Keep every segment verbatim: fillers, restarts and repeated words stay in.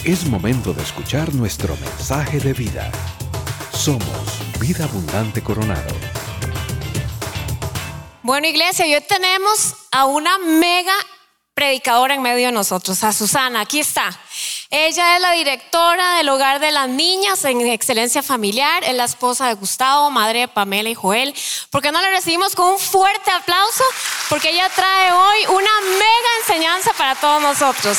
Es momento de escuchar nuestro mensaje de vida. Somos Vida Abundante Coronado. Bueno, iglesia, y hoy tenemos a una mega predicadora en medio de nosotros, a Susana. Aquí está. Ella es la directora del Hogar de las Niñas en Excelencia Familiar, es la esposa de Gustavo, madre de Pamela y Joel. ¿Por qué no la recibimos con un fuerte aplauso? Porque ella trae hoy una mega enseñanza para todos nosotros.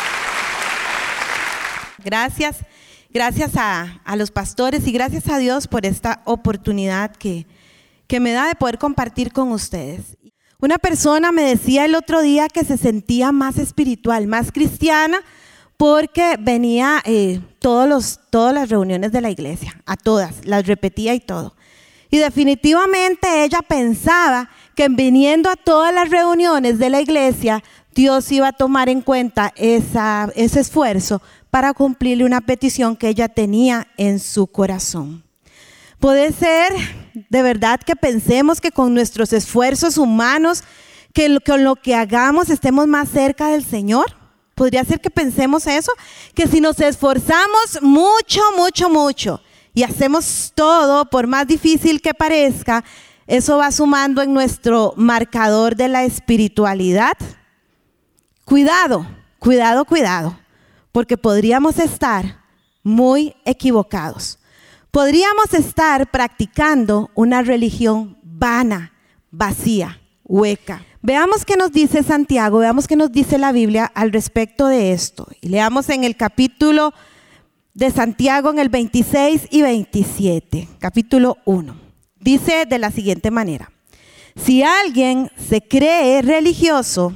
Gracias, gracias a, a los pastores y gracias a Dios por esta oportunidad que, que me da de poder compartir con ustedes. Una persona me decía el otro día que se sentía más espiritual, más cristiana, porque venía eh, todos los, todas las reuniones de la iglesia, a todas, las repetía y todo. Y definitivamente ella pensaba que viniendo a todas las reuniones de la iglesia, Dios iba a tomar en cuenta esa, ese esfuerzo para cumplirle una petición que ella tenía en su corazón. Puede ser de verdad que pensemos que con nuestros esfuerzos humanos, que con lo que hagamos estemos más cerca del Señor. Podría ser que pensemos eso, que si nos esforzamos mucho, mucho, mucho y hacemos todo, por más difícil que parezca, eso va sumando en nuestro marcador de la espiritualidad. Cuidado, cuidado, cuidado, porque podríamos estar muy equivocados. Podríamos estar practicando una religión vana, vacía, hueca. Veamos qué nos dice Santiago, veamos qué nos dice la Biblia al respecto de esto. Y leamos en el capítulo de Santiago en el veintiséis y veintisiete, capítulo uno. Dice de la siguiente manera: si alguien se cree religioso,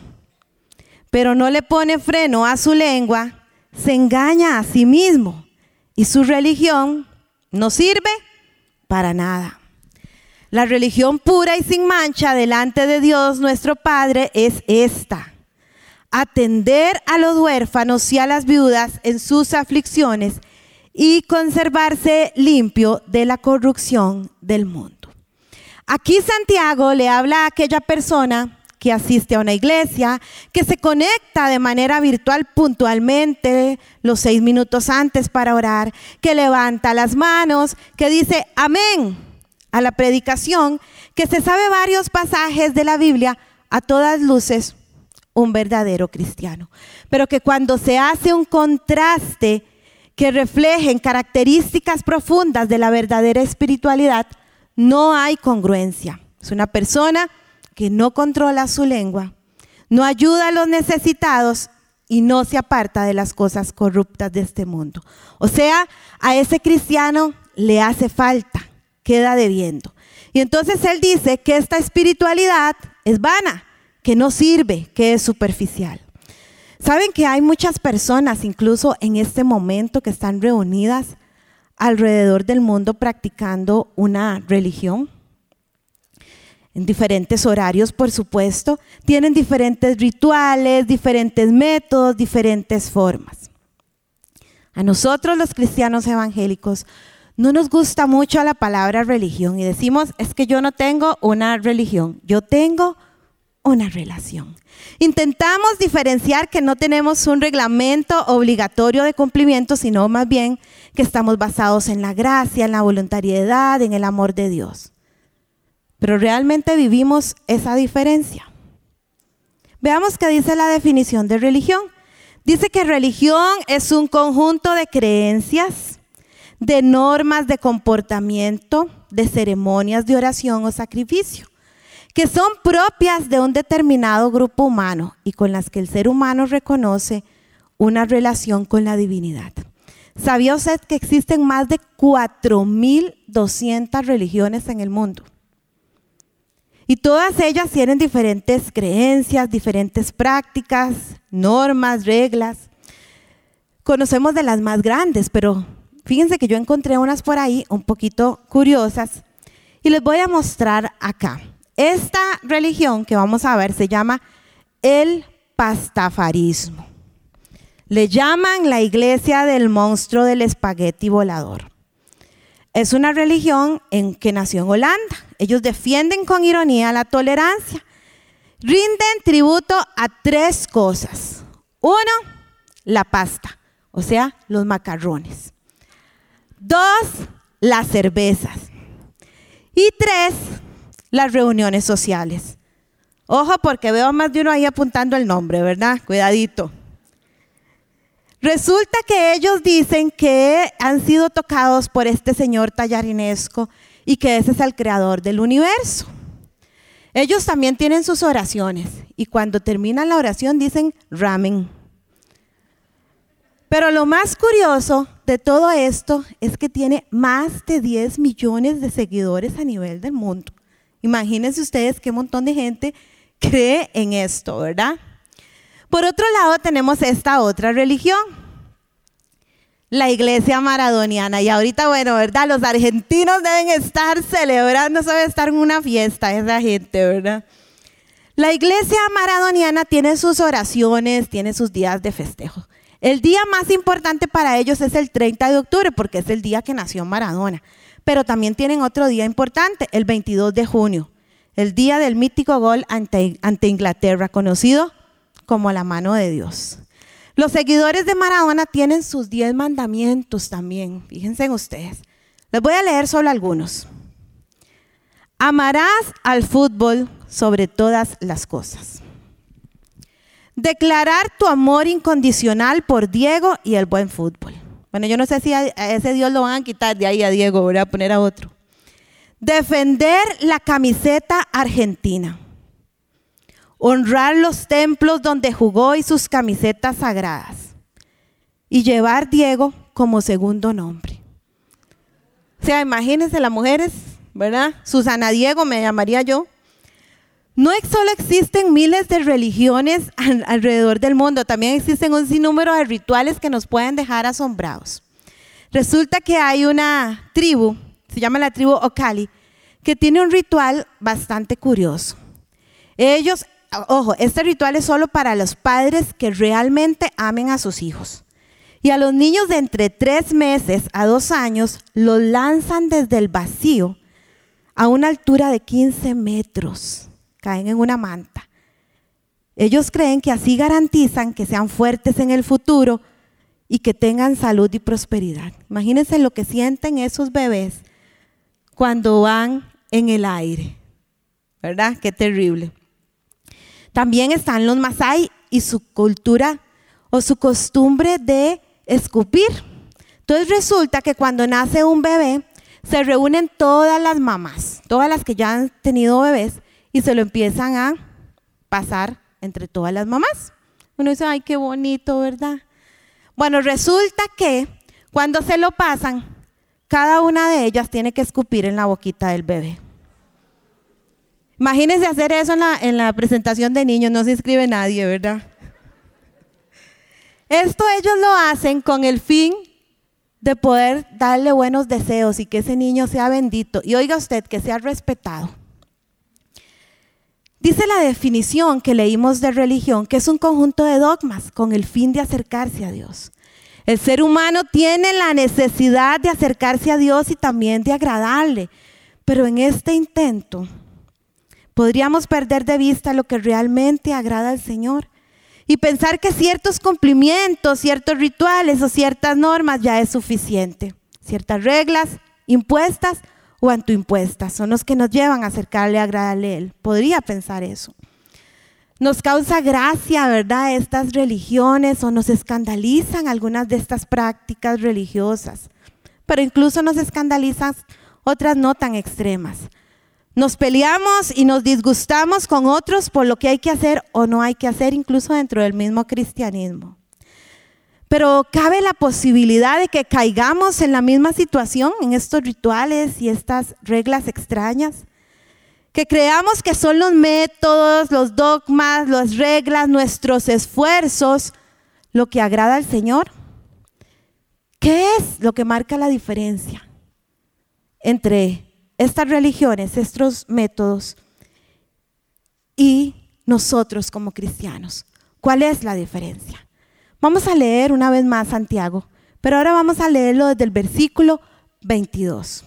pero no le pone freno a su lengua, se engaña a sí mismo y su religión no sirve para nada. La religión pura y sin mancha delante de Dios nuestro Padre es esta: atender a los huérfanos y a las viudas en sus aflicciones y conservarse limpio de la corrupción del mundo. Aquí Santiago le habla a aquella persona que asiste a una iglesia, que se conecta de manera virtual puntualmente los seis minutos antes para orar, que levanta las manos, que dice amén a la predicación, que se sabe varios pasajes de la Biblia, a todas luces un verdadero cristiano. Pero que cuando se hace un contraste que reflejen características profundas de la verdadera espiritualidad, no hay congruencia. Es una persona que no controla su lengua, no ayuda a los necesitados y no se aparta de las cosas corruptas de este mundo. O sea, a ese cristiano le hace falta, queda debiendo. Y entonces él dice que esta espiritualidad es vana, que no sirve, que es superficial. ¿Saben que hay muchas personas, incluso en este momento, que están reunidas alrededor del mundo practicando una religión? En diferentes horarios, por supuesto, tienen diferentes rituales, diferentes métodos, diferentes formas. A nosotros los cristianos evangélicos no nos gusta mucho la palabra religión y decimos, es que yo no tengo una religión, yo tengo una relación. Intentamos diferenciar que no tenemos un reglamento obligatorio de cumplimiento, sino más bien que estamos basados en la gracia, en la voluntariedad, en el amor de Dios. Pero realmente vivimos esa diferencia. Veamos qué dice la definición de religión. Dice que religión es un conjunto de creencias, de normas de comportamiento, de ceremonias de oración o sacrificio, que son propias de un determinado grupo humano y con las que el ser humano reconoce una relación con la divinidad. ¿Sabía usted que existen más de cuatro mil doscientas religiones en el mundo? Y todas ellas tienen diferentes creencias, diferentes prácticas, normas, reglas. Conocemos de las más grandes, pero fíjense que yo encontré unas por ahí un poquito curiosas y les voy a mostrar acá. Esta religión que vamos a ver se llama el pastafarismo. Le llaman la iglesia del monstruo del espagueti volador. Es una religión en que nació en Holanda. Ellos defienden con ironía la tolerancia. Rinden tributo a tres cosas. Uno, la pasta. o sea, los macarrones. Dos, las cervezas. Y tres, las reuniones sociales. Ojo, porque veo más de uno ahí apuntando el nombre, ¿verdad? Cuidadito. Resulta que ellos dicen que han sido tocados por este señor tallarinesco y que ese es el creador del universo. Ellos también tienen sus oraciones y cuando terminan la oración dicen ramen. Pero lo más curioso de todo esto es que tiene más de diez millones de seguidores a nivel del mundo. Imagínense ustedes qué montón de gente cree en esto, ¿verdad? Por otro lado tenemos esta otra religión, la iglesia maradoniana. Y ahorita, bueno, ¿verdad? Los argentinos deben estar celebrando, debe estar en una fiesta esa gente, ¿verdad? La iglesia maradoniana tiene sus oraciones, tiene sus días de festejo. El día más importante para ellos es el treinta de octubre, porque es el día que nació Maradona. Pero también tienen otro día importante, el veintidós de junio, el día del mítico gol ante, ante Inglaterra, conocido como la mano de Dios. Los seguidores de Maradona tienen sus diez mandamientos también, fíjense en ustedes. Les voy a leer solo algunos. Amarás al fútbol sobre todas las cosas. Declarar tu amor incondicional por Diego y el buen fútbol. Bueno, yo no sé si a ese Dios lo van a quitar de ahí a Diego, voy a poner a otro. Defender la camiseta argentina. Honrar los templos donde jugó y sus camisetas sagradas. Y llevar Diego como segundo nombre. O sea, imagínense las mujeres, ¿verdad? Susana Diego me llamaría yo. No solo existen miles de religiones alrededor del mundo, también existen un sinnúmero de rituales que nos pueden dejar asombrados. Resulta que hay una tribu, se llama la tribu Ocali, que tiene un ritual bastante curioso. Ellos, ojo, este ritual es solo para los padres que realmente amen a sus hijos. Y a los niños de entre tres meses a dos años los lanzan desde el vacío a una altura de quince metros. Caen en una manta. Ellos creen que así garantizan que sean fuertes en el futuro y que tengan salud y prosperidad. Imagínense lo que sienten esos bebés cuando van en el aire, ¿verdad? Qué terrible. También están los Masái y su cultura o su costumbre de escupir. Entonces resulta que cuando nace un bebé, se reúnen todas las mamás, todas las que ya han tenido bebés, y se lo empiezan a pasar entre todas las mamás. Uno dice, ay, qué bonito, ¿verdad? Bueno, resulta que cuando se lo pasan, cada una de ellas tiene que escupir en la boquita del bebé. Imagínense hacer eso en la, en la presentación de niños, no se inscribe nadie, ¿verdad? Esto ellos lo hacen con el fin de poder darle buenos deseos y que ese niño sea bendito. Y oiga usted, que sea respetado. Dice la definición que leímos de religión que es un conjunto de dogmas con el fin de acercarse a Dios. El ser humano tiene la necesidad de acercarse a Dios y también de agradarle, pero en este intento podríamos perder de vista lo que realmente agrada al Señor y pensar que ciertos cumplimientos, ciertos rituales o ciertas normas ya es suficiente. Ciertas reglas impuestas o autoimpuestas son los que nos llevan a acercarle, a agradarle a Él. Podría pensar eso. Nos causa gracia, ¿verdad?, estas religiones o nos escandalizan algunas de estas prácticas religiosas, pero incluso nos escandalizan otras no tan extremas. Nos peleamos y nos disgustamos con otros por lo que hay que hacer o no hay que hacer, incluso dentro del mismo cristianismo. Pero cabe la posibilidad de que caigamos en la misma situación, en estos rituales y estas reglas extrañas, que creamos que son los métodos, los dogmas, las reglas, nuestros esfuerzos, lo que agrada al Señor. ¿Qué es lo que marca la diferencia entre estas religiones, estos métodos y nosotros como cristianos? ¿Cuál es la diferencia? Vamos a leer una vez más Santiago, pero ahora vamos a leerlo desde el versículo veintidós.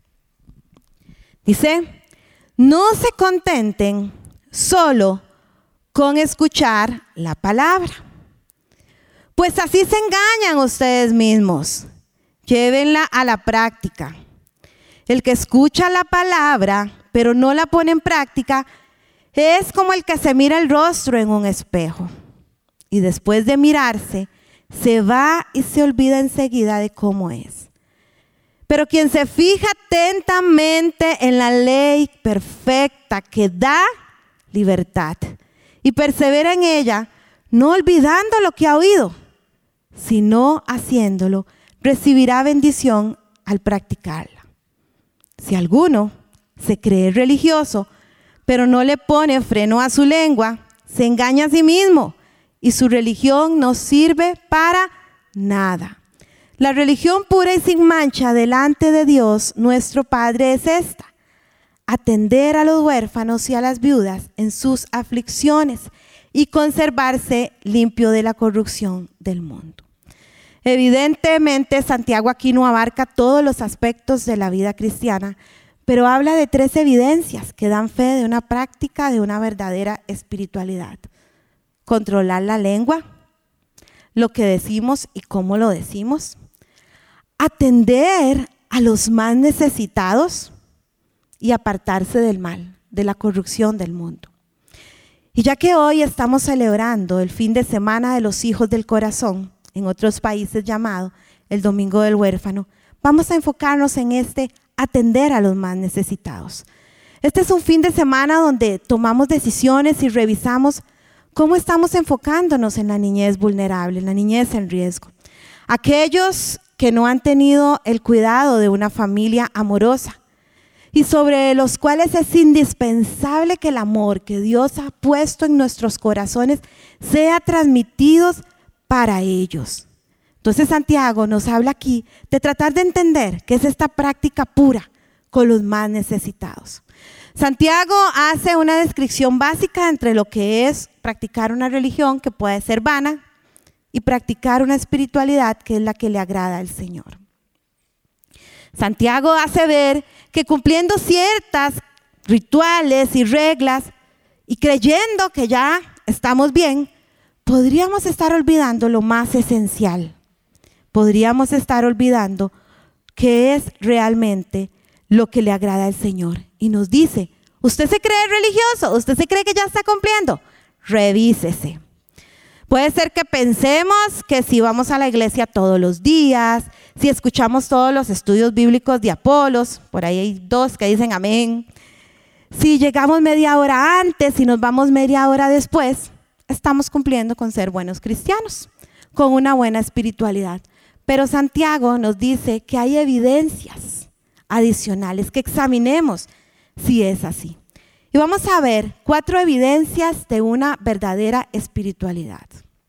Dice, no se contenten solo con escuchar la palabra, Pues así se engañan ustedes mismos. Llévenla a la práctica. El que escucha la palabra, pero no la pone en práctica, es como el que se mira el rostro en un espejo. Y después de mirarse, se va y se olvida enseguida de cómo es. Pero quien se fija atentamente en la ley perfecta que da libertad y persevera en ella, no olvidando lo que ha oído, sino haciéndolo, recibirá bendición al practicarla. Si alguno se cree religioso, pero no le pone freno a su lengua, se engaña a sí mismo y su religión no sirve para nada. La religión pura y sin mancha delante de Dios, nuestro Padre, es esta: atender a los huérfanos y a las viudas en sus aflicciones y conservarse limpio de la corrupción del mundo. Evidentemente, Santiago aquí no abarca todos los aspectos de la vida cristiana, pero habla de tres evidencias que dan fe de una práctica de una verdadera espiritualidad. Controlar la lengua, lo que decimos y cómo lo decimos. Atender a los más necesitados y apartarse del mal, de la corrupción del mundo. Y ya que hoy estamos celebrando el fin de semana de los hijos del corazón, en otros países llamado el Domingo del Huérfano, vamos a enfocarnos en este atender a los más necesitados. Este es un fin de semana donde tomamos decisiones y revisamos cómo estamos enfocándonos en la niñez vulnerable, en la niñez en riesgo. Aquellos que no han tenido el cuidado de una familia amorosa y sobre los cuales es indispensable que el amor que Dios ha puesto en nuestros corazones sea transmitido para ellos. Entonces Santiago nos habla aquí de tratar de entender qué es esta práctica pura con los más necesitados. Santiago hace una descripción básica entre lo que es practicar una religión que puede ser vana y practicar una espiritualidad que es la que le agrada al Señor. Santiago hace ver que cumpliendo ciertas rituales y reglas y creyendo que ya estamos bien, podríamos estar olvidando lo más esencial. Podríamos estar olvidando qué es realmente lo que le agrada al Señor. Y nos dice, ¿usted se cree religioso? ¿Usted se cree que ya está cumpliendo? Revísese. Puede ser que pensemos que si vamos a la iglesia todos los días, si escuchamos todos los estudios bíblicos de Apolos, por ahí hay dos que dicen amén, si llegamos media hora antes y nos vamos media hora después, estamos cumpliendo con ser buenos cristianos, con una buena espiritualidad. Pero Santiago nos dice que hay evidencias adicionales, que examinemos si es así. Y vamos a ver cuatro evidencias de una verdadera espiritualidad.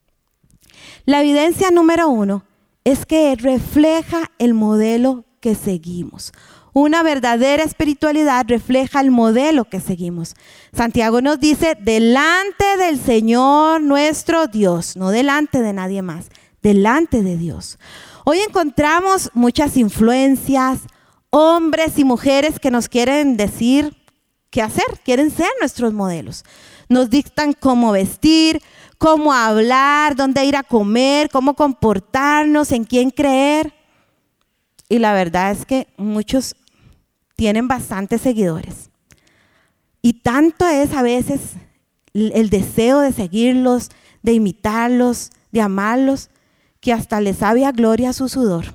La evidencia número uno es que refleja el modelo que seguimos. Una verdadera espiritualidad refleja el modelo que seguimos. Santiago nos dice, delante del Señor nuestro Dios, no delante de nadie más, delante de Dios. Hoy encontramos muchas influencias, hombres y mujeres que nos quieren decir qué hacer, quieren ser nuestros modelos. Nos dictan cómo vestir, cómo hablar, dónde ir a comer, cómo comportarnos, en quién creer. Y la verdad es que muchos tienen bastantes seguidores. Y tanto es a veces el deseo de seguirlos, de imitarlos, de amarlos, que hasta les sabe a gloria su sudor.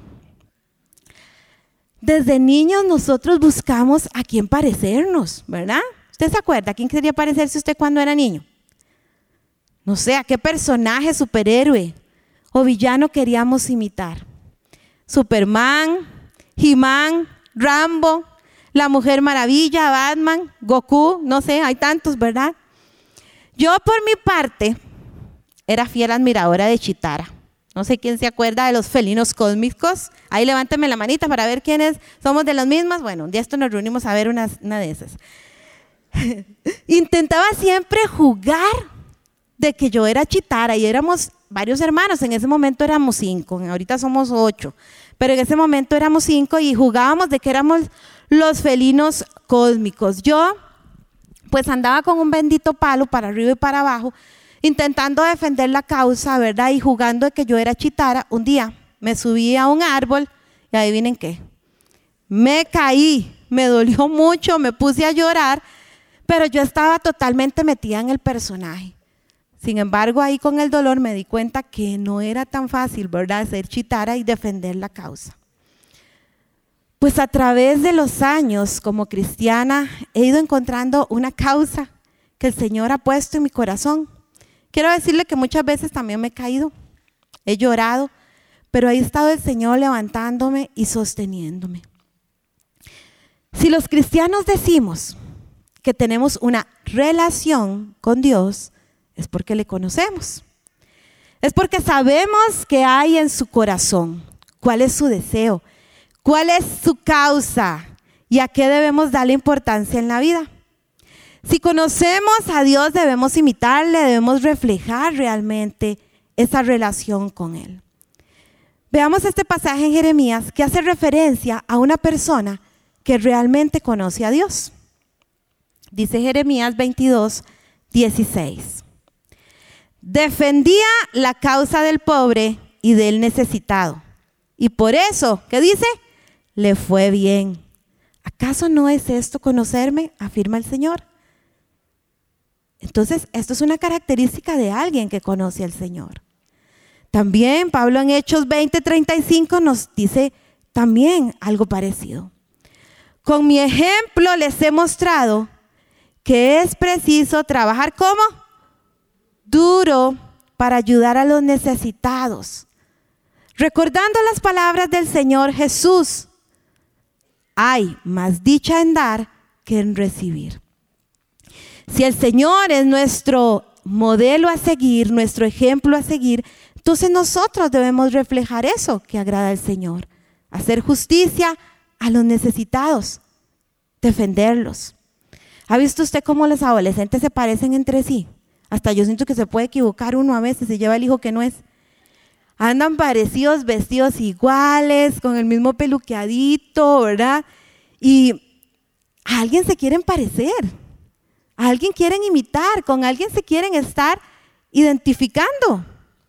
Desde niños nosotros buscamos a quién parecernos, ¿verdad? ¿Usted se acuerda? ¿A quién quería parecerse usted cuando era niño? No sé, ¿a qué personaje, superhéroe o villano queríamos imitar? Superman, He-Man, Rambo, la Mujer Maravilla, Batman, Goku, no sé, hay tantos, ¿verdad? Yo por mi parte era fiel admiradora de Chitara. No sé quién se acuerda de los felinos cósmicos. Ahí levánteme la manita para ver quiénes somos de las mismas. Bueno, un día esto nos reunimos a ver una, una de esas. Intentaba siempre jugar de que yo era Chitara y éramos varios hermanos. En ese momento éramos cinco, ahorita somos ocho. Pero en ese momento éramos cinco y jugábamos de que éramos los felinos cósmicos. Yo pues andaba con un bendito palo para arriba y para abajo intentando defender la causa, ¿verdad? Y jugando de que yo era chitara. Un día me subí a un árbol y adivinen qué, me caí, me dolió mucho, me puse a llorar, pero yo estaba totalmente metida en el personaje. Sin embargo, ahí con el dolor me di cuenta que no era tan fácil, ¿verdad?, ser chitara y defender la causa. Pues a través de los años como cristiana he ido encontrando una causa que el Señor ha puesto en mi corazón. Quiero decirle que muchas veces también me he caído, he llorado, pero ahí ha estado el Señor levantándome y sosteniéndome. Si los cristianos decimos que tenemos una relación con Dios, es porque le conocemos. Es porque sabemos qué hay en su corazón, cuál es su deseo, cuál es su causa y a qué debemos darle importancia en la vida. Si conocemos a Dios, debemos imitarle, debemos reflejar realmente esa relación con Él. Veamos este pasaje en Jeremías que hace referencia a una persona que realmente conoce a Dios. Dice Jeremías veintidós, dieciséis. Defendía la causa del pobre y del necesitado. Y por eso, ¿qué dice? Le fue bien. ¿Acaso no es esto conocerme? Afirma el Señor. Entonces, esto es una característica de alguien que conoce al Señor. También Pablo en Hechos veinte, treinta y cinco nos dice también algo parecido. Con mi ejemplo les he mostrado que es preciso trabajar ¿cómo? Duro para ayudar a los necesitados. Recordando las palabras del Señor Jesús, hay más dicha en dar que en recibir. Si el Señor es nuestro modelo a seguir, nuestro ejemplo a seguir, entonces nosotros debemos reflejar eso que agrada al Señor. Hacer justicia a los necesitados, defenderlos. ¿Ha visto usted cómo los adolescentes se parecen entre sí? Hasta yo siento que se puede equivocar uno a veces, se lleva el hijo que no es. Andan parecidos, vestidos iguales, con el mismo peluqueadito, ¿verdad? Y a alguien se quieren parecer, a alguien quieren imitar, con alguien se quieren estar identificando.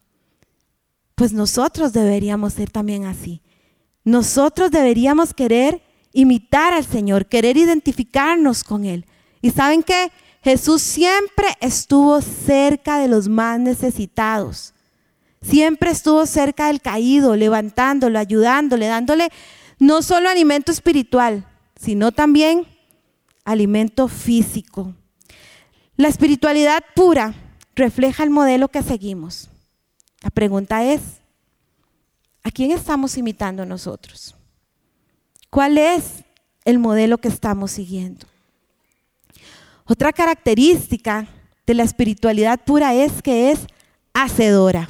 Pues nosotros deberíamos ser también así. Nosotros deberíamos querer imitar al Señor, querer identificarnos con Él. ¿Y saben qué? Jesús siempre estuvo cerca de los más necesitados. Siempre estuvo cerca del caído, levantándolo, ayudándole, dándole no solo alimento espiritual, sino también alimento físico. La espiritualidad pura refleja el modelo que seguimos. La pregunta es, ¿a quién estamos imitando nosotros? ¿Cuál es el modelo que estamos siguiendo? Otra característica de la espiritualidad pura es que es hacedora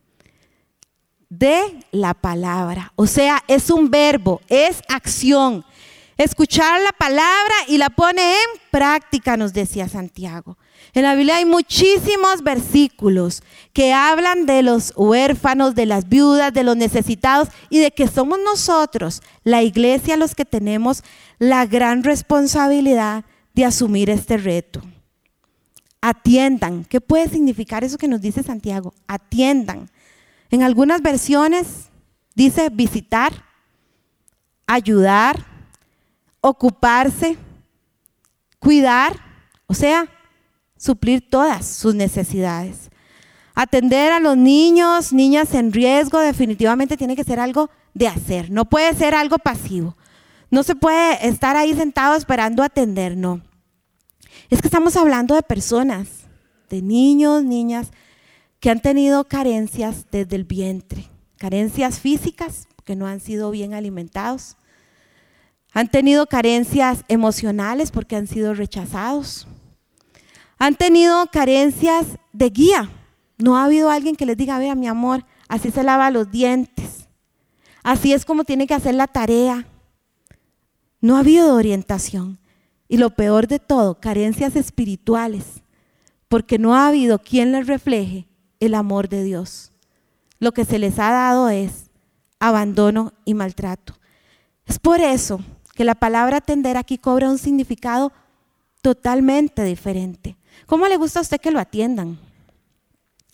de la palabra. O sea, es un verbo, es acción. Escuchar la palabra y la pone en práctica, nos decía Santiago. En la Biblia hay muchísimos versículos que hablan de los huérfanos, de las viudas, de los necesitados y de que somos nosotros, la iglesia, los que tenemos la gran responsabilidad de asumir este reto. Atiendan. ¿Qué puede significar eso que nos dice Santiago? Atiendan. En algunas versiones dice visitar, ayudar, ocuparse, cuidar, o sea, suplir todas sus necesidades. Atender a los niños, niñas en riesgo, definitivamente tiene que ser algo de hacer, no puede ser algo pasivo. No se puede estar ahí sentado esperando atender, no. Es que estamos hablando de personas, de niños, niñas, que han tenido carencias desde el vientre, carencias físicas, que no han sido bien alimentados, han tenido carencias emocionales porque han sido rechazados, han tenido carencias de guía. No ha habido alguien que les diga, vea mi amor, así se lava los dientes, así es como tiene que hacer la tarea. No ha habido orientación. Y lo peor de todo, carencias espirituales, porque no ha habido quien les refleje el amor de Dios. Lo que se les ha dado es abandono y maltrato. Es por eso que la palabra atender aquí cobra un significado totalmente diferente. ¿Cómo le gusta a usted que lo atiendan?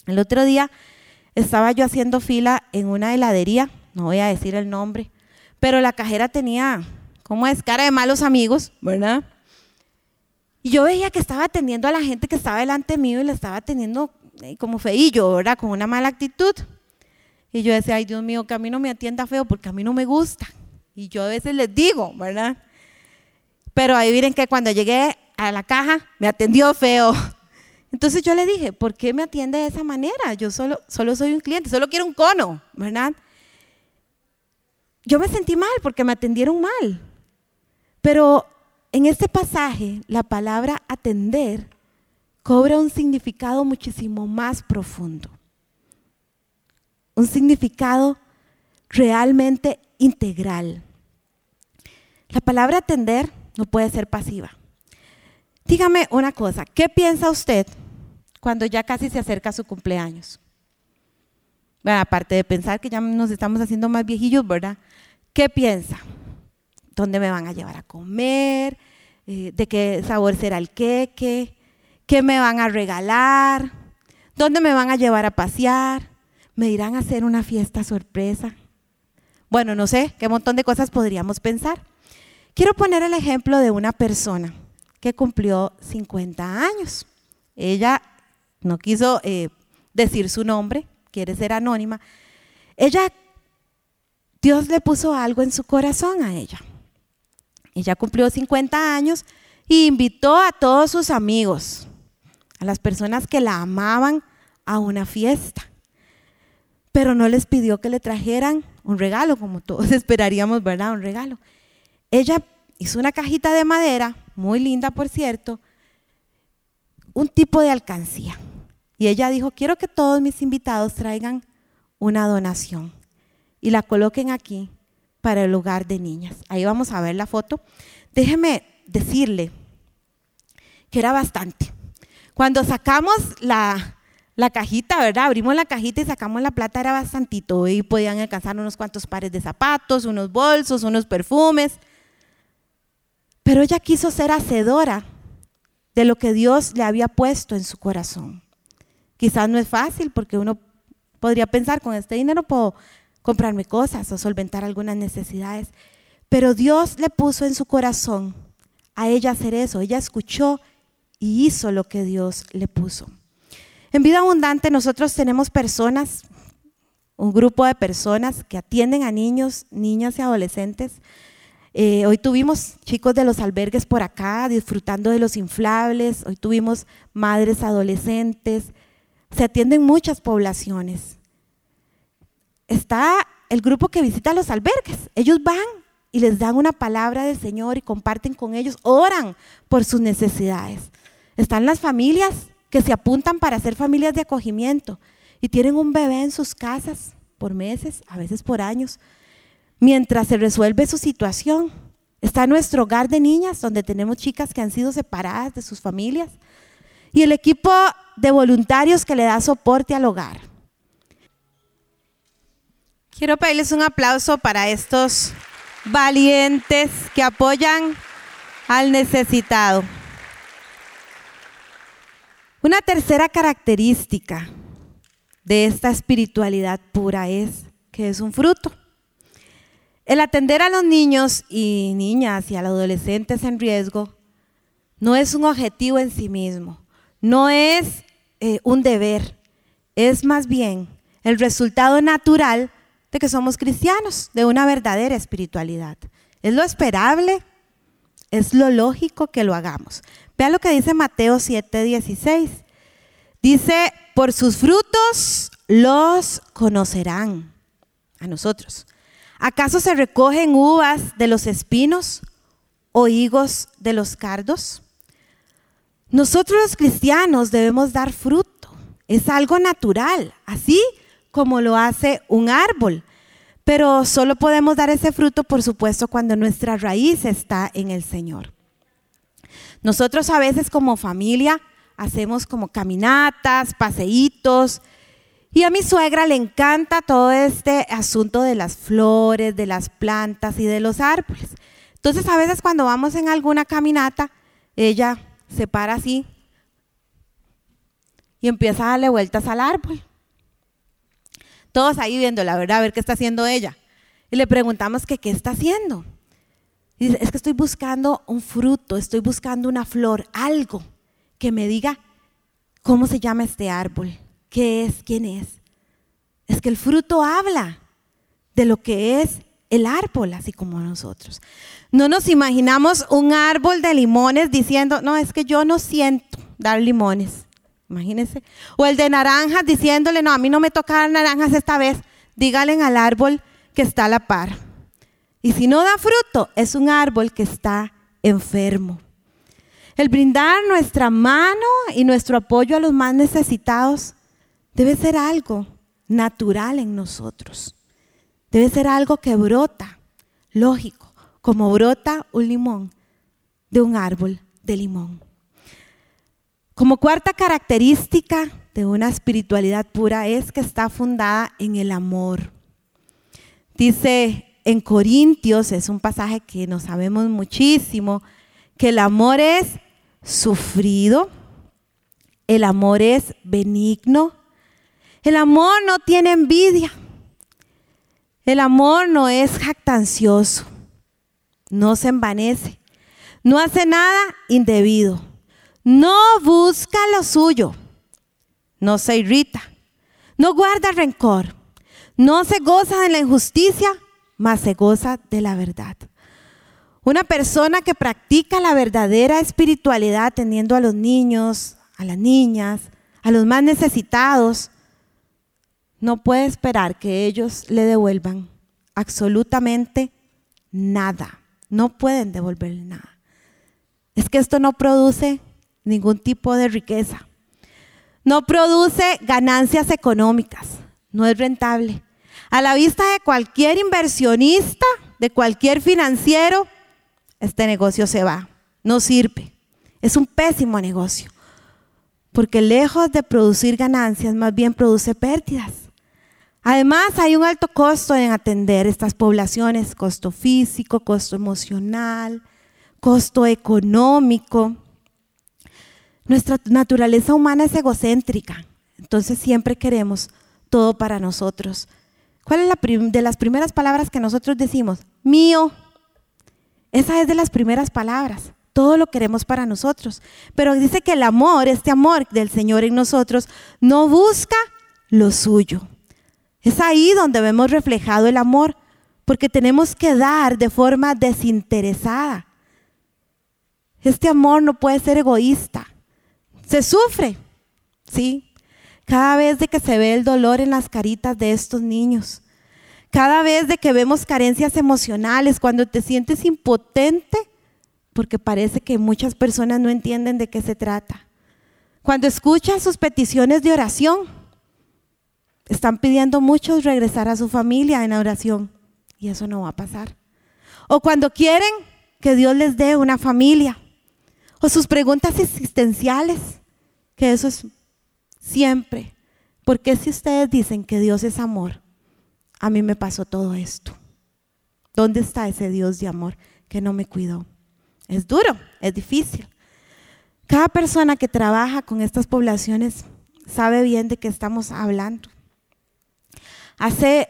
El otro día estaba yo haciendo fila en una heladería, no voy a decir el nombre, pero la cajera tenía, ¿cómo es? Cara de malos amigos, ¿verdad? Y yo veía que estaba atendiendo a la gente que estaba delante mío y le estaba atendiendo como feillo, ¿verdad? Con una mala actitud. Y yo decía, ay Dios mío, que a mí no me atienda feo porque a mí no me gusta. Y yo a veces les digo, ¿verdad? Pero ahí miren que cuando llegué a la caja me atendió feo. Entonces yo le dije, ¿por qué me atiende de esa manera? Yo solo, solo soy un cliente, solo quiero un cono, ¿verdad? Yo me sentí mal porque me atendieron mal. Pero en este pasaje, la palabra atender cobra un significado muchísimo más profundo. Un significado realmente integral. La palabra atender no puede ser pasiva. Dígame una cosa, ¿qué piensa usted cuando ya casi se acerca su cumpleaños? Bueno, aparte de pensar que ya nos estamos haciendo más viejillos, ¿verdad? ¿Qué piensa? ¿Dónde me van a llevar a comer? Eh, ¿De qué sabor será el queque? ¿Qué me van a regalar? ¿Dónde me van a llevar a pasear? ¿Me irán a hacer una fiesta sorpresa? Bueno, no sé, qué montón de cosas podríamos pensar. Quiero poner el ejemplo de una persona que cumplió cincuenta años. Ella no quiso eh, decir su nombre, quiere ser anónima. Ella, Dios le puso algo en su corazón a ella. Ella cumplió cincuenta años y invitó a todos sus amigos, a las personas que la amaban, a una fiesta. Pero no les pidió que le trajeran un regalo, como todos esperaríamos, ¿verdad? Un regalo. Ella hizo una cajita de madera, muy linda por cierto, un tipo de alcancía. Y ella dijo, quiero que todos mis invitados traigan una donación y la coloquen aquí para el hogar de niñas. Ahí vamos a ver la foto. Déjeme decirle que era bastante. Cuando sacamos la, la cajita, ¿verdad? Abrimos la cajita y sacamos la plata, era bastantito. Y podían alcanzar unos cuantos pares de zapatos, unos bolsos, unos perfumes. Pero ella quiso ser hacedora de lo que Dios le había puesto en su corazón. Quizás no es fácil porque uno podría pensar, con este dinero puedo comprarme cosas o solventar algunas necesidades. Pero Dios le puso en su corazón a ella hacer eso. Ella escuchó y hizo lo que Dios le puso. En Vida Abundante nosotros tenemos personas, un grupo de personas que atienden a niños, niñas y adolescentes. Eh, hoy tuvimos chicos de los albergues por acá disfrutando de los inflables, hoy tuvimos madres adolescentes, se atienden muchas poblaciones. Está el grupo que visita los albergues, ellos van y les dan una palabra del Señor y comparten con ellos, oran por sus necesidades. Están las familias que se apuntan para ser familias de acogimiento y tienen un bebé en sus casas por meses, a veces por años, mientras se resuelve su situación. Está nuestro hogar de niñas, donde tenemos chicas que han sido separadas de sus familias, y el equipo de voluntarios que le da soporte al hogar. Quiero pedirles un aplauso para estos valientes que apoyan al necesitado. Una tercera característica de esta espiritualidad pura es que es un fruto. El atender a los niños y niñas y a los adolescentes en riesgo no es un objetivo en sí mismo, no es eh, un deber, es más bien el resultado natural de que somos cristianos, de una verdadera espiritualidad. Es lo esperable, es lo lógico que lo hagamos. Vean lo que dice Mateo siete dieciséis. Dice, por sus frutos los conocerán a nosotros. ¿Acaso se recogen uvas de los espinos o higos de los cardos? Nosotros los cristianos debemos dar fruto, es algo natural, así como lo hace un árbol, pero solo podemos dar ese fruto, por supuesto, cuando nuestra raíz está en el Señor. Nosotros a veces como familia hacemos como caminatas, paseitos, y a mi suegra le encanta todo este asunto de las flores, de las plantas y de los árboles. Entonces a veces cuando vamos en alguna caminata, ella se para así y empieza a darle vueltas al árbol. Todos ahí viendo, la verdad, a ver qué está haciendo ella. Y le preguntamos que qué está haciendo. Y dice, es que estoy buscando un fruto, estoy buscando una flor, algo que me diga cómo se llama este árbol, qué es, quién es. Es que el fruto habla de lo que es el árbol, así como nosotros. No nos imaginamos un árbol de limones diciendo, no, es que yo no siento dar limones. Imagínense. O el de naranjas diciéndole, no, a mí no me toca dar naranjas esta vez. Díganle al árbol que está a la par. Y si no da fruto, es un árbol que está enfermo. El brindar nuestra mano y nuestro apoyo a los más necesitados debe ser algo natural en nosotros. Debe ser algo que brota, lógico, como brota un limón de un árbol de limón. Como cuarta característica de una espiritualidad pura es que está fundada en el amor. Dice en Corintios, es un pasaje que no sabemos muchísimo, que el amor es sufrido, el amor es benigno, el amor no tiene envidia, el amor no es jactancioso, no se envanece, no hace nada indebido, no busca lo suyo, no se irrita, no guarda rencor, no se goza de la injusticia, mas se goza de la verdad. Una persona que practica la verdadera espiritualidad atendiendo a los niños, a las niñas, a los más necesitados, no puede esperar que ellos le devuelvan absolutamente nada. No pueden devolverle nada. Es que esto no produce ningún tipo de riqueza. No produce ganancias económicas. No es rentable. A la vista de cualquier inversionista, de cualquier financiero, este negocio se va, no sirve. Es un pésimo negocio, porque lejos de producir ganancias, más bien produce pérdidas. Además, hay un alto costo en atender estas poblaciones, costo físico, costo emocional, costo económico. Nuestra naturaleza humana es egocéntrica, entonces siempre queremos todo para nosotros. ¿Cuál es la prim- de las primeras palabras que nosotros decimos? Mío. Esa es de las primeras palabras. Todo lo queremos para nosotros. Pero dice que el amor, este amor del Señor en nosotros, no busca lo suyo. Es ahí donde vemos reflejado el amor, porque tenemos que dar de forma desinteresada. Este amor no puede ser egoísta. Se sufre, ¿sí? Cada vez de que se ve el dolor en las caritas de estos niños, cada vez de que vemos carencias emocionales, cuando te sientes impotente, porque parece que muchas personas no entienden de qué se trata. Cuando escuchas sus peticiones de oración, están pidiendo muchos regresar a su familia en oración, y eso no va a pasar. O cuando quieren que Dios les dé una familia, o sus preguntas existenciales, que eso es siempre. Porque si ustedes dicen que Dios es amor, a mí me pasó todo esto. ¿Dónde está ese Dios de amor que no me cuidó? Es duro, es difícil. Cada persona que trabaja con estas poblaciones sabe bien de qué estamos hablando. Hace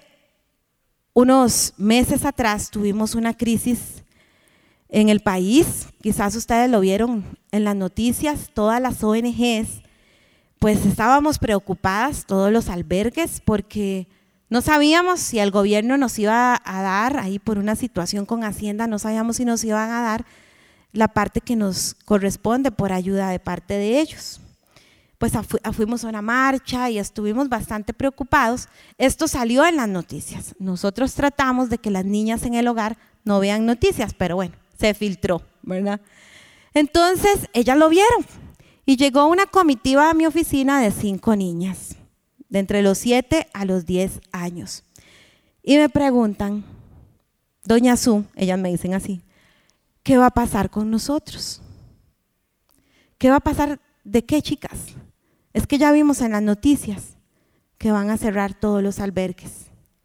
unos meses atrás tuvimos una crisis en el país, quizás ustedes lo vieron en las noticias, todas las O N Ges, pues estábamos preocupadas, todos los albergues, porque no sabíamos si el gobierno nos iba a dar, ahí por una situación con Hacienda, no sabíamos si nos iban a dar la parte que nos corresponde por ayuda de parte de ellos. Pues fuimos a una marcha y estuvimos bastante preocupados. Esto salió en las noticias. Nosotros tratamos de que las niñas en el hogar no vean noticias, pero bueno, se filtró, ¿verdad? Entonces, ellas lo vieron y llegó una comitiva a mi oficina de cinco niñas, de entre los siete a los diez años. Y me preguntan, doña Su, ellas me dicen así, ¿qué va a pasar con nosotros? ¿Qué va a pasar? ¿De qué, chicas? Es que ya vimos en las noticias que van a cerrar todos los albergues.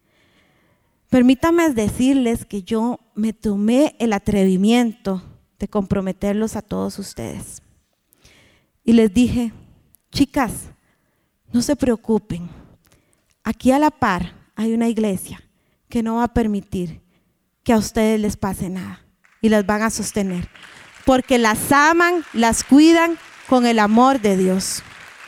Permítanme decirles que yo me tomé el atrevimiento de comprometerlos a todos ustedes. Y les dije, chicas, no se preocupen. Aquí a la par hay una iglesia que no va a permitir que a ustedes les pase nada y las van a sostener, porque las aman, las cuidan con el amor de Dios.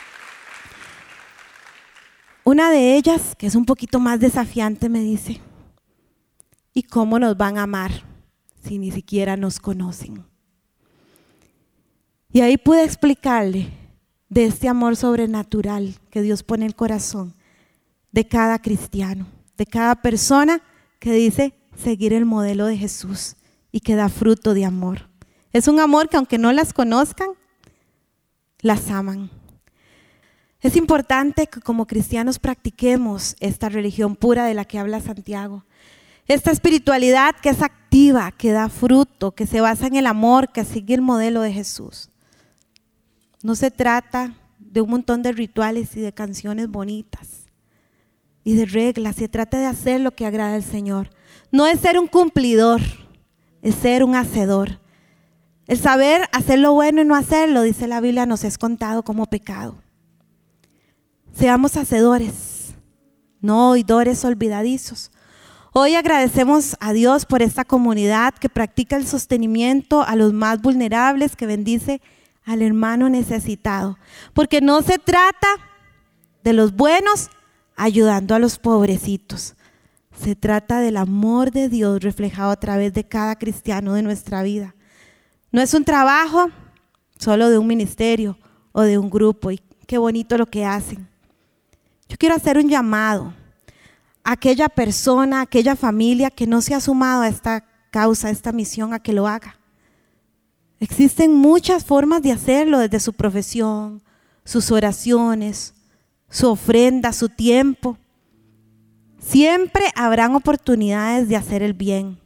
Una de ellas, que es un poquito más desafiante, me dice: ¿y cómo nos van a amar si ni siquiera nos conocen? Y ahí pude explicarle de este amor sobrenatural que Dios pone en el corazón de cada cristiano, de cada persona que dice seguir el modelo de Jesús y que da fruto de amor. Es un amor que aunque no las conozcan, las aman. Es importante que como cristianos practiquemos esta religión pura de la que habla Santiago. Esta espiritualidad que es activa, que da fruto, que se basa en el amor, que sigue el modelo de Jesús. No se trata de un montón de rituales y de canciones bonitas y de reglas. Se trata de hacer lo que agrada al Señor. No es ser un cumplidor, es ser un hacedor. El saber hacer lo bueno y no hacerlo, dice la Biblia, nos es contado como pecado. Seamos hacedores, no oidores olvidadizos. Hoy agradecemos a Dios por esta comunidad que practica el sostenimiento a los más vulnerables, que bendice al hermano necesitado. Porque no se trata de los buenos ayudando a los pobrecitos. Se trata del amor de Dios reflejado a través de cada cristiano de nuestra vida. No es un trabajo solo de un ministerio o de un grupo, y qué bonito lo que hacen. Yo quiero hacer un llamado a aquella persona, a aquella familia que no se ha sumado a esta causa, a esta misión, a que lo haga. Existen muchas formas de hacerlo, desde su profesión, sus oraciones, su ofrenda, su tiempo. Siempre habrán oportunidades de hacer el bien.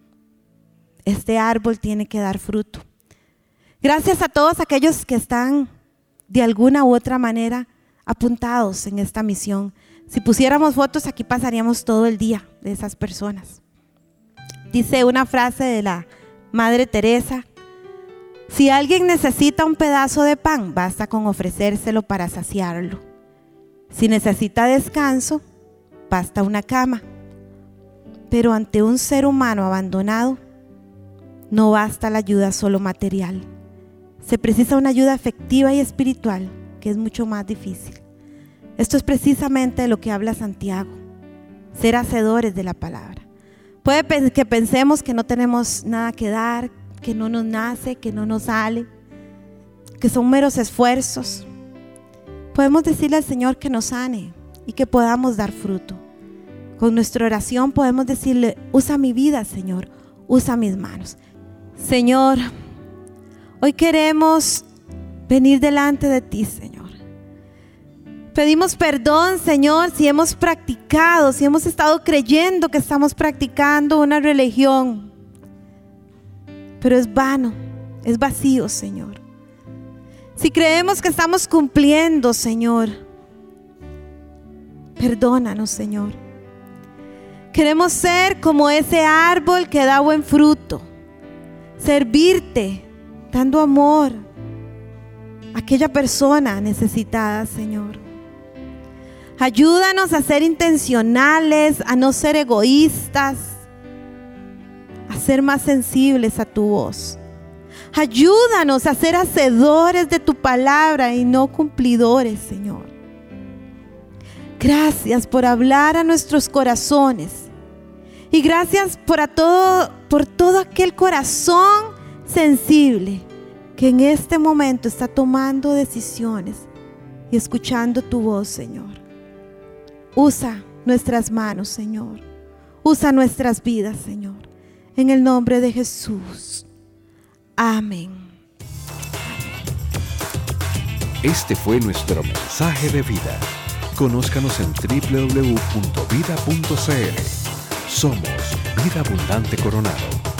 Este árbol tiene que dar fruto. Gracias a todos aquellos que están de alguna u otra manera apuntados en esta misión. Si pusiéramos fotos aquí pasaríamos todo el día de esas personas. Dice una frase de la Madre Teresa: si alguien necesita un pedazo de pan, basta con ofrecérselo para saciarlo. Si necesita descanso, basta una cama. Pero ante un ser humano abandonado, no basta la ayuda solo material. Se precisa una ayuda afectiva y espiritual, que es mucho más difícil. Esto es precisamente de lo que habla Santiago: ser hacedores de la palabra. Puede que pensemos que no tenemos nada que dar, que no nos nace, que no nos sale, que son meros esfuerzos. Podemos decirle al Señor que nos sane y que podamos dar fruto. Con nuestra oración podemos decirle: usa mi vida, Señor, usa mis manos. Señor, hoy queremos venir delante de ti, Señor. Pedimos perdón, Señor, si hemos practicado, si hemos estado creyendo que estamos practicando una religión, pero es vano, es vacío, Señor. Si creemos que estamos cumpliendo, Señor, perdónanos, Señor. Queremos ser como ese árbol que da buen fruto, servirte, dando amor a aquella persona necesitada, Señor. Ayúdanos a ser intencionales, a no ser egoístas, a ser más sensibles a tu voz. Ayúdanos a ser hacedores de tu palabra y no cumplidores, Señor. Gracias por hablar a nuestros corazones. Y gracias por, a todo, por todo aquel corazón sensible que en este momento está tomando decisiones y escuchando tu voz, Señor. Usa nuestras manos, Señor. Usa nuestras vidas, Señor. En el nombre de Jesús. Amén. Este fue nuestro mensaje de vida. Conózcanos en doble u doble u doble u punto vida punto c l. Somos Vida Abundante Coronado.